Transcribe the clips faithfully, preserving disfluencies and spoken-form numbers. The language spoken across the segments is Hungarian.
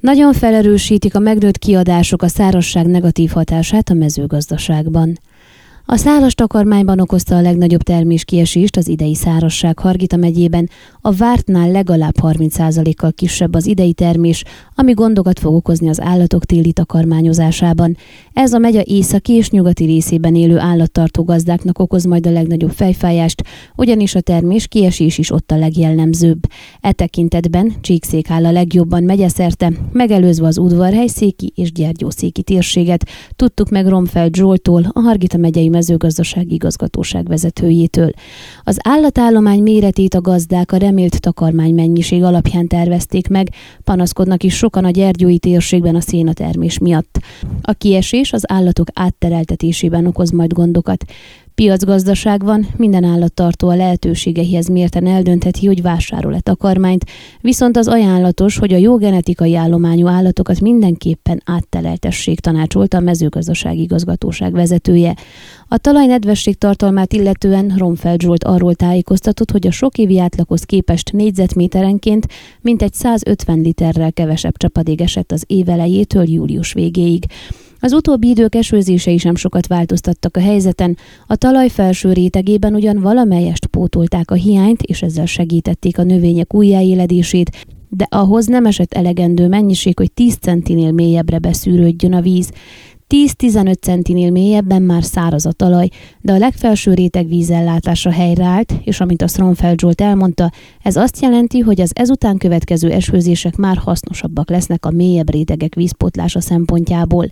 Nagyon felerősítik a megnőtt kiadások a szárazság negatív hatását a mezőgazdaságban. A szálas takarmányban okozta a legnagyobb terméskiesést az idei szárazság Hargita megyében, a vártnál legalább harminc százalékkal kisebb az idei termés, ami gondokat fog okozni az állatok téli takarmányozásában. Ez a megye északi és nyugati részében élő állattartó gazdáknak okoz majd a legnagyobb fejfájást, ugyanis a termés kiesés is ott a legjellemzőbb. E tekintetben Csíkszék áll a legjobban megyeszerte, megelőzve az udvarhelyszéki és gyergyószéki térséget, tudtuk meg Romfeld Zsolttól, a Hargita megyei mezőgazdasági igazgatóság vezetőjétől. Az állatállomány méretét a gazdák a remélt takarmány mennyiség alapján tervezték meg, panaszkodnak is sokan a gyergyói térségben a szénatermés miatt. A kiesés az állatok áttereltetésében okoz majd gondokat. Piacgazdaság van, minden állattartó a lehetőségeihez mérten eldöntheti, hogy vásárol-e takarmányt, viszont az ajánlatos, hogy a jó genetikai állományú állatokat mindenképpen átteleltessék, tanácsolta a mezőgazdasági igazgatóság vezetője. A talaj nedvesség tartalmát illetően Romfeld Zsolt arról tájékoztatott, hogy a sok évi átlaghoz képest négyzetméterenként mintegy százötven literrel kevesebb csapadék esett az év elejétől július végéig. Az utóbbi idők esőzései sem sokat változtattak a helyzeten, a talaj felső rétegében ugyan valamelyest pótolták a hiányt, és ezzel segítették a növények újjáéledését, de ahhoz nem esett elegendő mennyiség, hogy tíz centinél mélyebbre beszűrődjön a víz. tíz-tizenöt centinél mélyebben már száraz a talaj, de a legfelső réteg vízellátása helyreállt, és amint azt Romfeld Zsolt elmondta, ez azt jelenti, hogy az ezután következő esőzések már hasznosabbak lesznek a mélyebb rétegek vízpótlása szempontjából.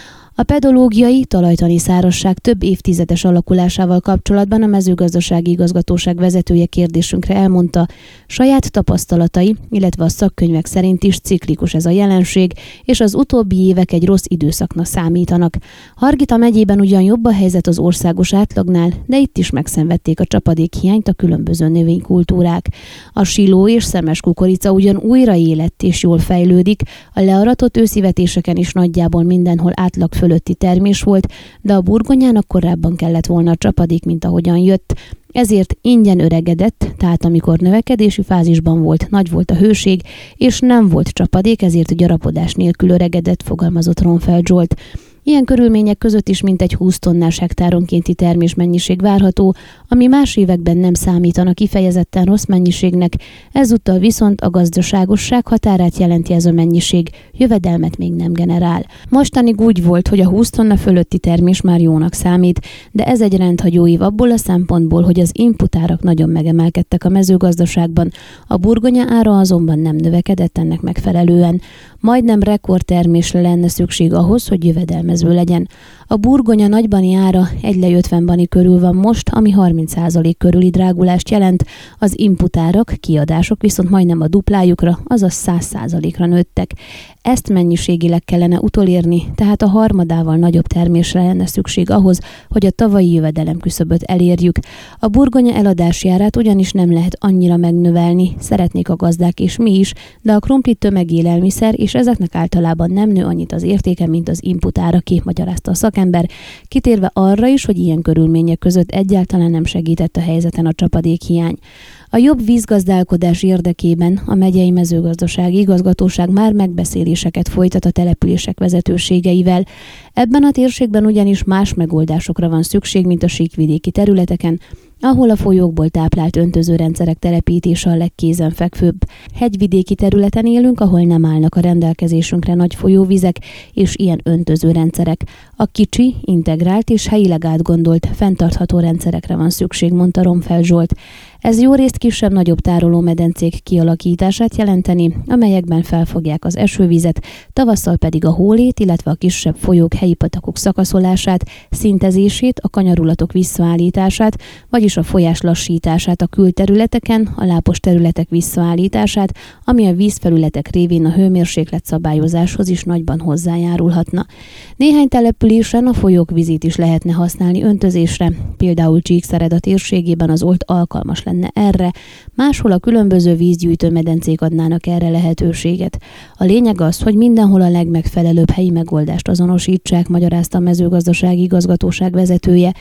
A pedológiai, talajtani szárazság több évtizedes alakulásával kapcsolatban a mezőgazdasági igazgatóság vezetője kérdésünkre elmondta, saját tapasztalatai, illetve a szakkönyvek szerint is ciklikus ez a jelenség, és az utóbbi évek egy rossz időszaknak számítanak. Hargita megyében ugyan jobb a helyzet az országos átlagnál, de itt is megszenvedték a csapadékhiányt a különböző növénykultúrák. A siló és szemes kukorica ugyan újra élett és jól fejlődik, a learatott őszivetéseken is nagyjából mindenhol átlag fölötti termés volt, de a burgonyának korábban kellett volna a csapadék, mint ahogyan jött. Ezért ingyen öregedett, tehát amikor növekedési fázisban volt, nagy volt a hőség, és nem volt csapadék, ezért gyarapodás nélkül öregedett, fogalmazott Romfeld Zsolt. Ilyen körülmények között is mintegy húsz tonnás hektáronkénti termésmennyiség várható, ami más években nem számítana kifejezetten rossz mennyiségnek, ezúttal viszont a gazdaságosság határát jelenti ez a mennyiség, jövedelmet még nem generál. Mostanig úgy volt, hogy a húsz tonna fölötti termés már jónak számít, de ez egy rendhagyó év abból a szempontból, hogy az inputárak nagyon megemelkedtek a mezőgazdaságban, a burgonya ára azonban nem növekedett ennek megfelelően. Majdnem rekordtermésre lenne szükség ahhoz, hogy jövedelmező legyen. A burgonya nagybani ára egy lej ötven bani körül van most, ami harminc százalék körüli drágulást jelent, az inputárak, kiadások viszont majdnem a duplájukra, azaz száz százalékra nőttek. Ezt mennyiségileg kellene utolérni, tehát a harmadával nagyobb termésre lenne szükség ahhoz, hogy a tavalyi jövedelem küszöböt elérjük. A burgonya eladási árát ugyanis nem lehet annyira megnövelni, szeretnék a gazdák és mi is, de a krumpli tömegélelmiszer, és ezeknek általában nem nő annyit az értéke, mint az inputáraké, magyarázta a szakember, kitérve arra is, hogy ilyen körülmények között egyáltalán nem segített a helyzeten a csapadékhiány. A jobb vízgazdálkodás érdekében a megyei mezőgazdasági igazgatóság már megbeszéléseket folytat a települések vezetőségeivel. Ebben a térségben ugyanis más megoldásokra van szükség, mint a síkvidéki területeken, ahol a folyókból táplált öntözőrendszerek telepítése a legkézenfekvőbb. Hegyvidéki területen élünk, ahol nem állnak a rendelkezésünkre nagy folyóvizek és ilyen öntözőrendszerek. A kicsi, integrált és helyileg átgondolt, fenntartható rendszerekre van szükség, mondta Romfeld Zsolt. Ez jó részt kisebb-nagyobb tárolómedencék kialakítását jelenteni, amelyekben felfogják az esővizet, tavasszal pedig a hólét, illetve a kisebb folyók helyi patakok szakaszolását, szintezését, a kanyarulatok visszaállítását, vagyis a folyás lassítását a külterületeken, a lápos területek visszaállítását, ami a vízfelületek révén a hőmérséklet szabályozáshoz is nagyban hozzájárulhatna. Néhány településen a folyók vizét is lehetne használni öntözésre, például Csíkszereda térségében az Olt alkalmas lenne erre, máshol a különböző vízgyűjtő medencék adnának erre lehetőséget. A lényeg az, hogy mindenhol a legmegfelelőbb helyi megoldást azonosítsák, magyarázta a mezőgazdasági igazgatóság vezetője.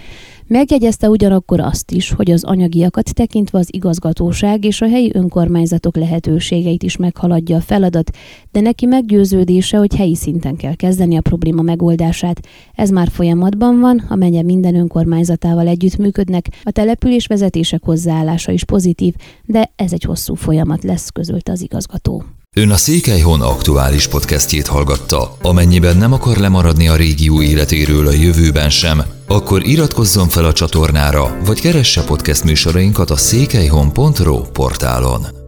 Megjegyezte ugyanakkor azt is, hogy az anyagiakat tekintve az igazgatóság és a helyi önkormányzatok lehetőségeit is meghaladja a feladat, de neki meggyőződése, hogy helyi szinten kell kezdeni a probléma megoldását. Ez már folyamatban van, a megye minden önkormányzatával együttműködnek, a település vezetések hozzáállása is pozitív, de ez egy hosszú folyamat lesz, közölte az igazgató. Ön a Székelyhon aktuális podcastjét hallgatta. Amennyiben nem akar lemaradni a régió életéről a jövőben sem, akkor iratkozzon fel a csatornára, vagy keresse podcast műsorainkat a székelyhon pont ro portálon.